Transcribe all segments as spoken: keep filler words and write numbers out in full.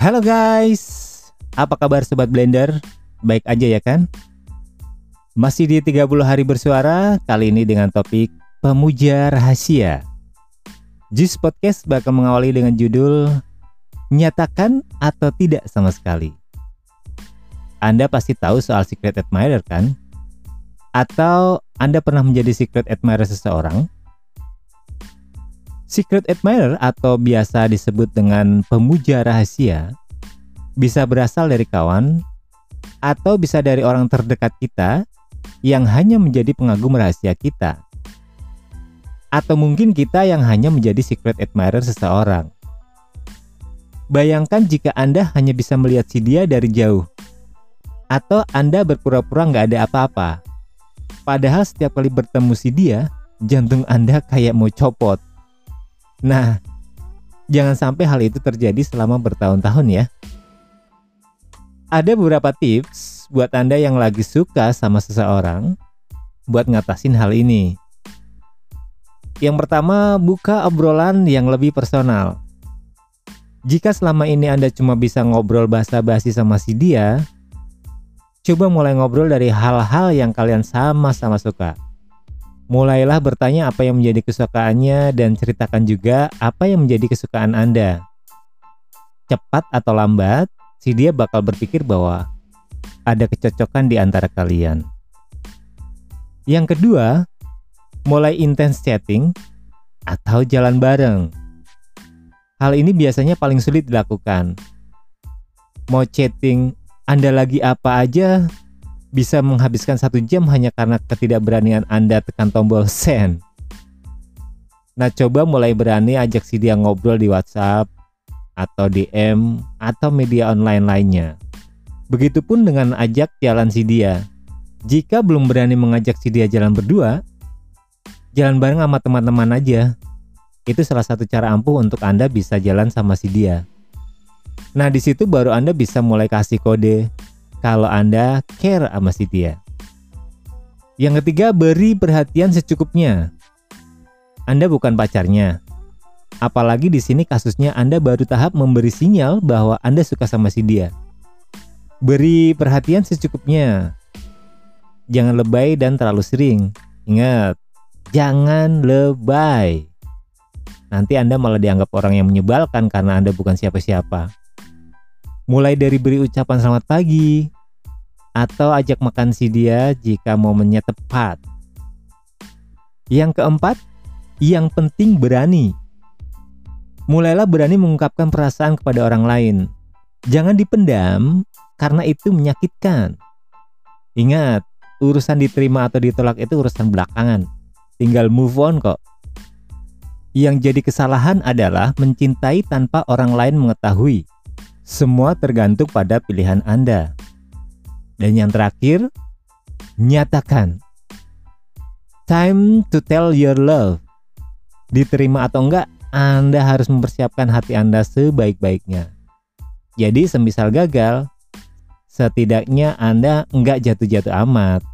Halo guys, apa kabar Sobat Blender? Baik aja ya kan? Masih di tiga puluh hari bersuara, kali ini dengan topik pemuja rahasia. Juice Podcast bakal mengawali dengan judul Nyatakan atau tidak sama sekali. Anda pasti tahu soal secret admirer kan? Atau Anda pernah menjadi secret admirer seseorang? Secret admirer atau biasa disebut dengan pemuja rahasia bisa berasal dari kawan atau bisa dari orang terdekat kita yang hanya menjadi pengagum rahasia kita. Atau mungkin kita yang hanya menjadi secret admirer seseorang. Bayangkan jika Anda hanya bisa melihat si dia dari jauh. Atau Anda berpura-pura nggak ada apa-apa. Padahal setiap kali bertemu si dia, jantung Anda kayak mau copot. Nah, jangan sampai hal itu terjadi selama bertahun-tahun ya. Ada beberapa tips buat Anda yang lagi suka sama seseorang buat ngatasin hal ini. Yang pertama, buka obrolan yang lebih personal. Jika selama ini Anda cuma bisa ngobrol basa-basi sama si dia, coba mulai ngobrol dari hal-hal yang kalian sama-sama suka. Mulailah bertanya apa yang menjadi kesukaannya dan ceritakan juga apa yang menjadi kesukaan Anda. Cepat atau lambat, si dia bakal berpikir bahwa ada kecocokan di antara kalian. Yang kedua, mulai intens chatting atau jalan bareng. Hal ini biasanya paling sulit dilakukan. Mau chatting, Anda lagi apa aja, bisa menghabiskan satu jam hanya karena ketidakberanian Anda tekan tombol send. Nah, coba mulai berani ajak si dia ngobrol di WhatsApp atau D M atau media online lainnya. Begitupun dengan ajak jalan si dia. Jika belum berani mengajak si dia jalan berdua, jalan bareng sama teman-teman aja. Itu salah satu cara ampuh untuk Anda bisa jalan sama si dia. Nah, di situ baru Anda bisa mulai kasih kode kalau Anda care sama si dia. Yang ketiga, beri perhatian secukupnya. Anda bukan pacarnya. Apalagi di sini kasusnya Anda baru tahap memberi sinyal bahwa Anda suka sama si dia. Beri perhatian secukupnya. Jangan lebay dan terlalu sering. Ingat, jangan lebay. Nanti Anda malah dianggap orang yang menyebalkan karena Anda bukan siapa-siapa. Mulai dari beri ucapan selamat pagi atau ajak makan si dia jika momennya tepat. Yang keempat, yang penting berani. Mulailah berani mengungkapkan perasaan kepada orang lain. Jangan dipendam karena itu menyakitkan. Ingat, urusan diterima atau ditolak itu urusan belakangan. Tinggal move on kok. Yang jadi kesalahan adalah mencintai tanpa orang lain mengetahui. Semua tergantung pada pilihan Anda. Dan yang terakhir, nyatakan. Time to tell your love. Diterima atau enggak, Anda harus mempersiapkan hati Anda sebaik-baiknya. Jadi semisal gagal, setidaknya Anda enggak jatuh-jatuh amat.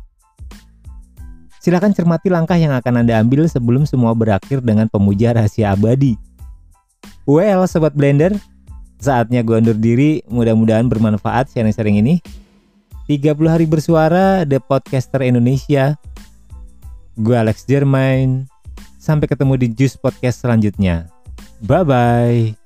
Silakan cermati langkah yang akan Anda ambil sebelum semua berakhir dengan pemuja rahasia abadi. Well, Sobat Blender, saatnya gue undur diri, mudah-mudahan bermanfaat sharing-sharing ini. tiga puluh hari bersuara, The Podcaster Indonesia. Gue Alex Jermain. Sampai ketemu di Juice Podcast selanjutnya. Bye-bye.